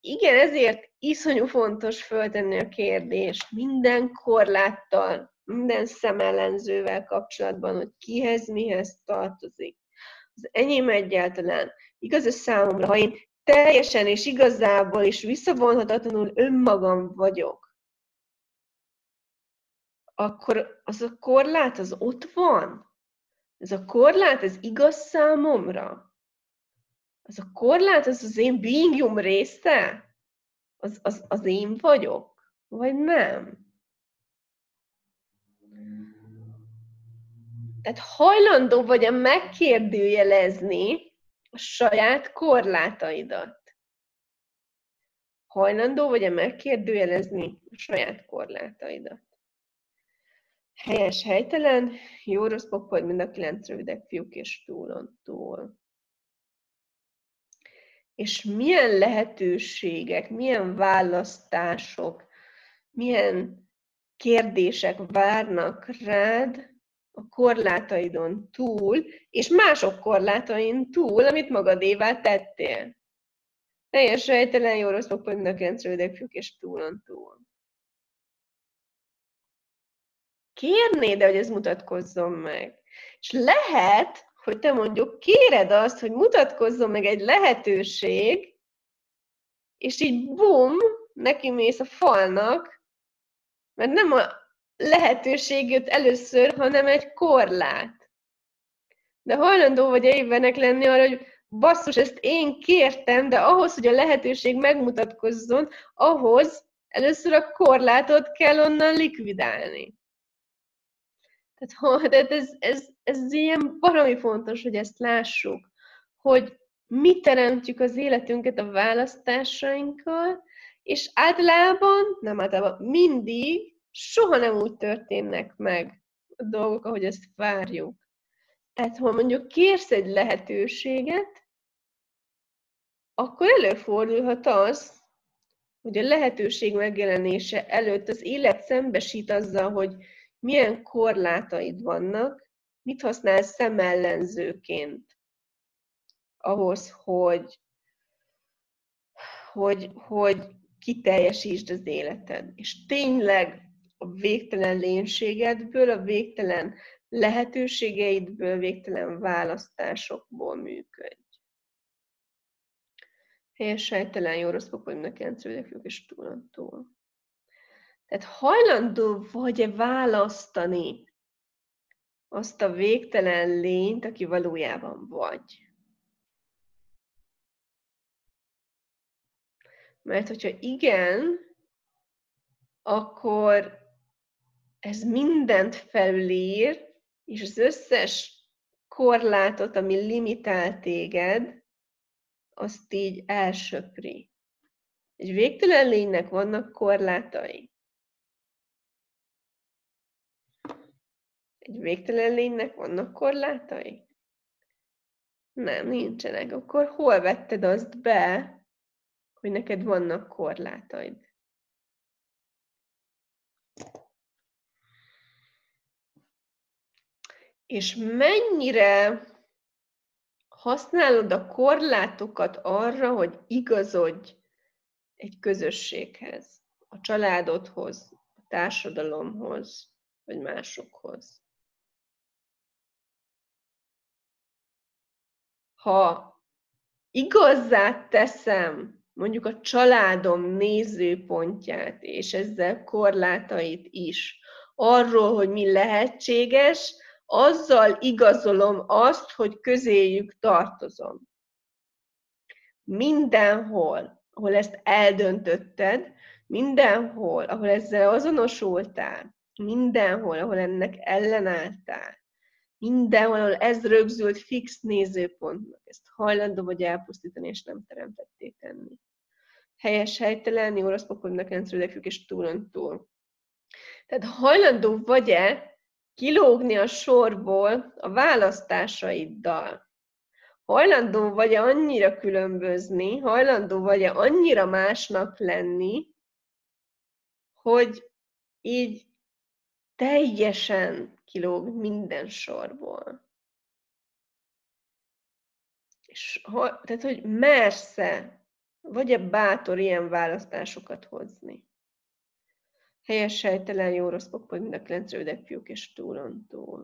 igen, ezért iszonyú fontos föltenni a kérdést minden korláttal, minden szemellenzővel kapcsolatban, hogy kihez, mihez tartozik. Az enyém egyáltalán igaz számomra, ha én teljesen és igazából és visszavonhatatlanul önmagam vagyok, akkor az a korlát az ott van. Ez a korlát, ez igaz számomra. Az a korlát, az az én beingjum része. Az én vagyok, vagy nem? Tehát hajlandó vagy-e megkérdőjelezni a saját korlátaidat? Hajlandó vagy-e megkérdőjelezni a saját korlátaidat? Helyes, helytelen, jó, rossz, pokol, mind a 9 rövidek, fiúk és túlon túl. És milyen lehetőségek, milyen választások, milyen kérdések várnak rád a korlátaidon túl, és mások korlátain túl, amit magadévá tettél. Teljes rejtelen, jó, rossz, pokol, mind a 9 rövidek, fiúk és túlon túl. Kérnéd, hogy ez mutatkozzon meg. És lehet, hogy te mondjuk kéred azt, hogy mutatkozzon meg egy lehetőség, és így bum, neki mész a falnak, mert nem a lehetőség jött először, hanem egy korlát. De hajlandó vagy évenek lenni arra, hogy basszus, ezt én kértem, de ahhoz, hogy a lehetőség megmutatkozzon, ahhoz először a korlátot kell onnan likvidálni. Tehát ez ilyen baromi fontos, hogy ezt lássuk, hogy mi teremtjük az életünket a választásainkkal, és általában, nem általában, mindig soha nem úgy történnek meg a dolgok, ahogy ezt várjuk. Tehát, ha mondjuk kérsz egy lehetőséget, akkor előfordulhat az, hogy a lehetőség megjelenése előtt az élet szembesít azzal, hogy milyen korlátaid vannak, mit használsz szemellenzőként ahhoz, hogy kiteljesítsd az életed. És tényleg a végtelen lénységedből, a végtelen lehetőségeidből, végtelen választásokból működj. Helyes, sejtelen, jó, rossz, pokol, mind a 9 rövidek, és túl. Tehát hajlandó vagy-e választani azt a végtelen lényt, aki valójában vagy? Mert hogyha igen, akkor ez mindent felülír, és az összes korlátot, ami limitál téged, azt így elsöpri. Egy végtelen lénynek vannak korlátai. Egy végtelen lénynek vannak korlátai? Nem, nincsenek. Akkor hol vetted azt be, hogy neked vannak korlátaid? És mennyire használod a korlátokat arra, hogy igazodj egy közösséghez, a családodhoz, a társadalomhoz, vagy másokhoz. Ha igazzá teszem mondjuk a családom nézőpontját, és ezzel korlátait is, arról, hogy mi lehetséges, azzal igazolom azt, hogy közéjük tartozom. Mindenhol, ahol ezt eldöntötted, mindenhol, ahol ezzel azonosultál, mindenhol, ahol ennek ellenálltál, mindenhol, ahol ez rögzült fix nézőpontnak, ezt hajlandó vagy elpusztítani, és nem teremtetté tenni. Helyes, helytelen, jó, rossz, pokol, mind a 9 rövidek, és túlon túl. Tehát hajlandó vagy-e kilógni a sorból a választásaiddal? Hajlandó vagy-e annyira különbözni, hajlandó vagy-e annyira másnak lenni, hogy így teljesen kilóg minden sorból. És tehát, hogy mersz-e Vagy-e bátor ilyen választásokat hozni? Helyes, helytelen, jó, rossz, pokol, mind a 9 rövidek fiúk és túlon túl.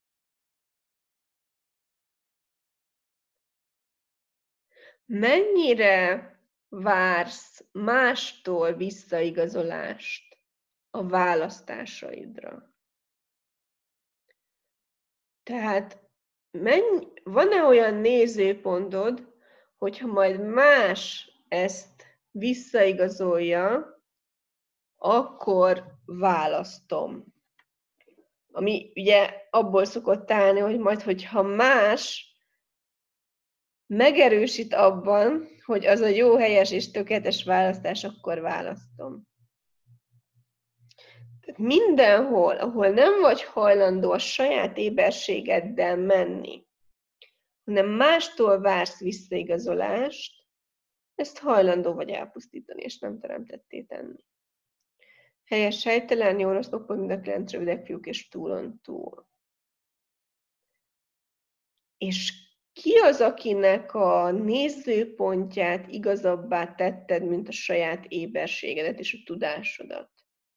Mennyire vársz mástól visszaigazolást a választásaidra? Tehát van-e olyan nézőpontod, hogyha majd más ezt visszaigazolja, akkor választom. Ami ugye abból szokott állni, hogy majd, hogyha más megerősít abban, hogy az a jó, helyes és tökéletes választás, akkor választom. Tehát mindenhol, ahol nem vagy hajlandó a saját éberségeddel menni, hanem mástól vársz visszaigazolást, ezt hajlandó vagy elpusztítani, és nem teremtetté tenni. Helyes, helytelen, jó, rossz, pokol, mind a 9 rövidek fiúk és túlon túl. És ki az, akinek a nézőpontját igazabbá tetted, mint a saját éberségedet és a tudásodat?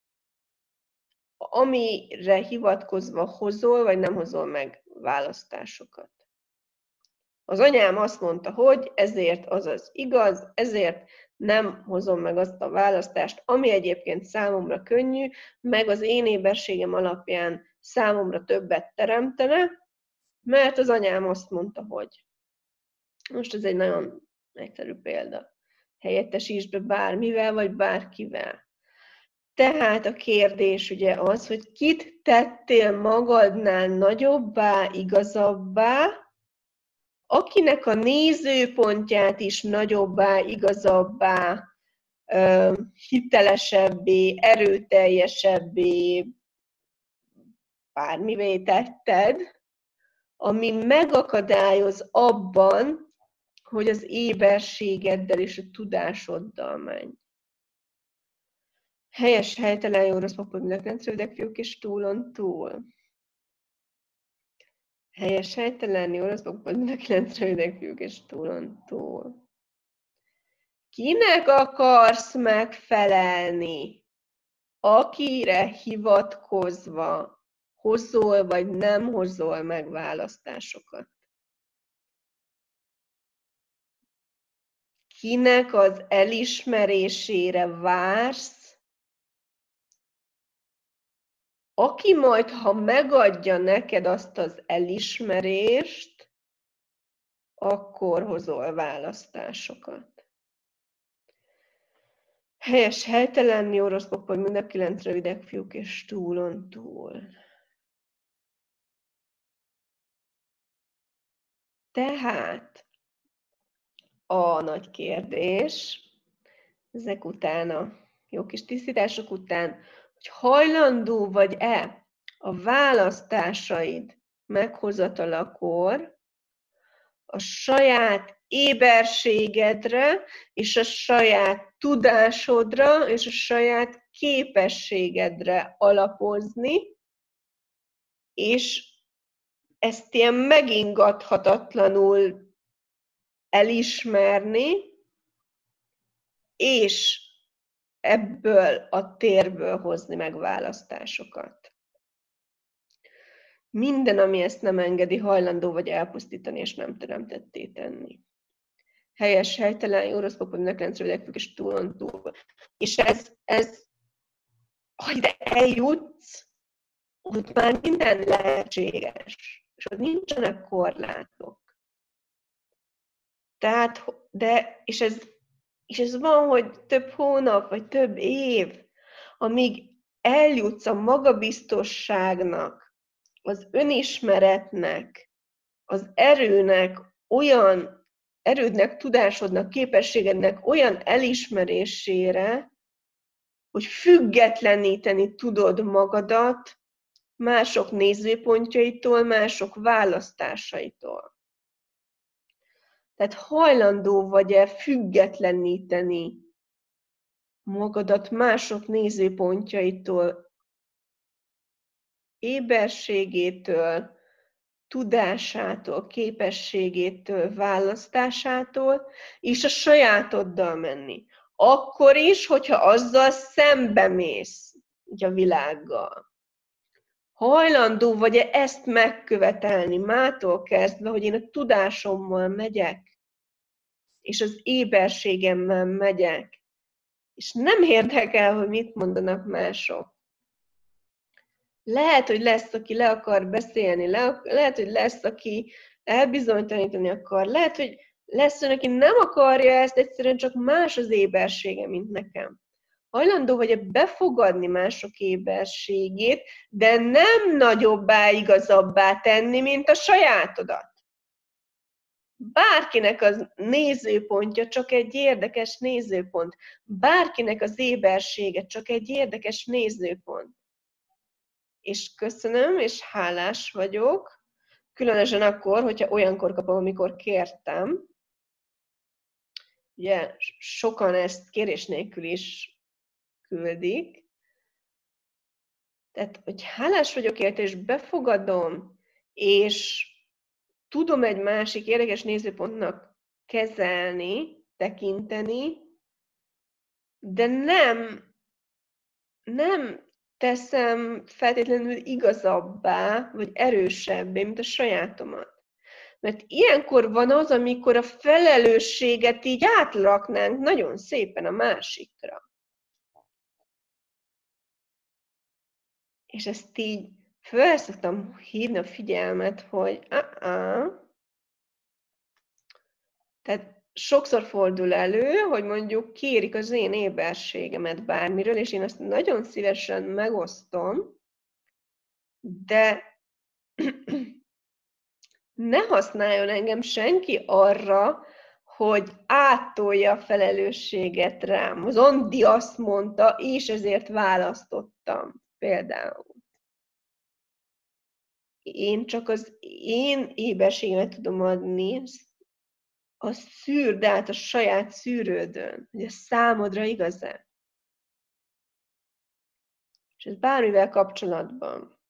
Amire hivatkozva hozol, vagy nem hozol meg választásokat. Az anyám azt mondta, hogy ezért az az igaz, ezért nem hozom meg azt a választást, ami egyébként számomra könnyű, meg az én éberségem alapján számomra többet teremtene, mert az anyám azt mondta, hogy. Most ez egy nagyon egyszerű példa. Helyettesítsd be bármivel, vagy bárkivel. Tehát a kérdés ugye az, hogy kit tettél magadnál nagyobbá, igazabbá, akinek a nézőpontját is nagyobbá, igazabbá, hitelesebbé, erőteljesebbé, bármivé tetted, ami megakadályoz abban, hogy az éberségeddel és a tudásoddal menj. Helyes, helytelen, jó, rossz, pokol, mind a 9 rövidek fiúk és túlon túl. Helyes, helytelen, jó, rossz, pokol, mind a 9 rövidek fiúk és túlon túl. Kinek akarsz megfelelni? Akire hivatkozva hozol vagy nem hozol meg választásokat? Kinek az elismerésére vársz, aki majd, ha megadja neked azt az elismerést, akkor hozol választásokat. Helyes, helytelen, jó, rossz, pokol, mind a 9 rövidek fiúk és túlon túl. Tehát a nagy kérdés, ezek után a jó kis tisztítások után, hogy hajlandó vagy-e a választásaid meghozatalakor a saját éberségedre, és a saját tudásodra, és a saját képességedre alapozni, és ezt ilyen megingathatatlanul elismerni, és ebből a térből hozni meg választásokat. Minden, ami ezt nem engedi, hajlandó vagy elpusztítani, és nem teremtetté tenni. Helyes, helytelen, jó, rossz, pokol, mind a 9 rövidek fiúk és túlon túl. És ez, ha ide eljutsz, ott már minden lehetséges, és ott nincsenek korlátok. Tehát, és ez van, hogy több hónap, vagy több év, amíg eljutsz a magabiztosságnak, az önismeretnek, az erődnek, tudásodnak, képességednek olyan elismerésére, hogy függetleníteni tudod magadat mások nézőpontjaitól, mások választásaitól. Tehát hajlandó vagy-e függetleníteni magadat mások nézőpontjaitól, éberségétől, tudásától, képességétől, választásától, és a sajátoddal menni. Akkor is, hogyha azzal szembe mész, így a világgal. Hajlandó vagy-e ezt megkövetelni mától kezdve, hogy én a tudásommal megyek, és az éberségemmel megyek, és nem érdekel, hogy mit mondanak mások. Lehet, hogy lesz, aki le akar beszélni, lehet, hogy lesz, aki elbizonytalanítani akar, lehet, hogy lesz olyan, aki nem akarja ezt, egyszerűen csak más az ébersége, mint nekem. Hajlandó vagy-e befogadni mások éberségét, de nem nagyobbá, igazabbá tenni, mint a sajátodat. Bárkinek az nézőpontja csak egy érdekes nézőpont. Bárkinek az ébersége csak egy érdekes nézőpont. És köszönöm, és hálás vagyok, különösen akkor, hogyha olyankor kapom, amikor kértem. Ugye sokan ezt kérés nélkül is küldik. Tehát, hogy hálás vagyok érte, és befogadom, és tudom egy másik érdekes nézőpontnak kezelni, tekinteni, de nem teszem feltétlenül igazabbá, vagy erősebbé, mint a sajátomat. Mert ilyenkor van az, amikor a felelősséget így átraknánk nagyon szépen a másikra. És ezt így föl szoktam hívni a figyelmet, hogy Tehát sokszor fordul elő, hogy mondjuk kérik az én éberségemet bármiről, és én azt nagyon szívesen megosztom, de ne használjon engem senki arra, hogy áttolja a felelősséget rám. Az Andi azt mondta, és ezért választottam például. Én csak az én éberségemet tudom adni, szűrd át a saját szűrődön, hogy ez számodra igaz-e. És ez bármivel kapcsolatban.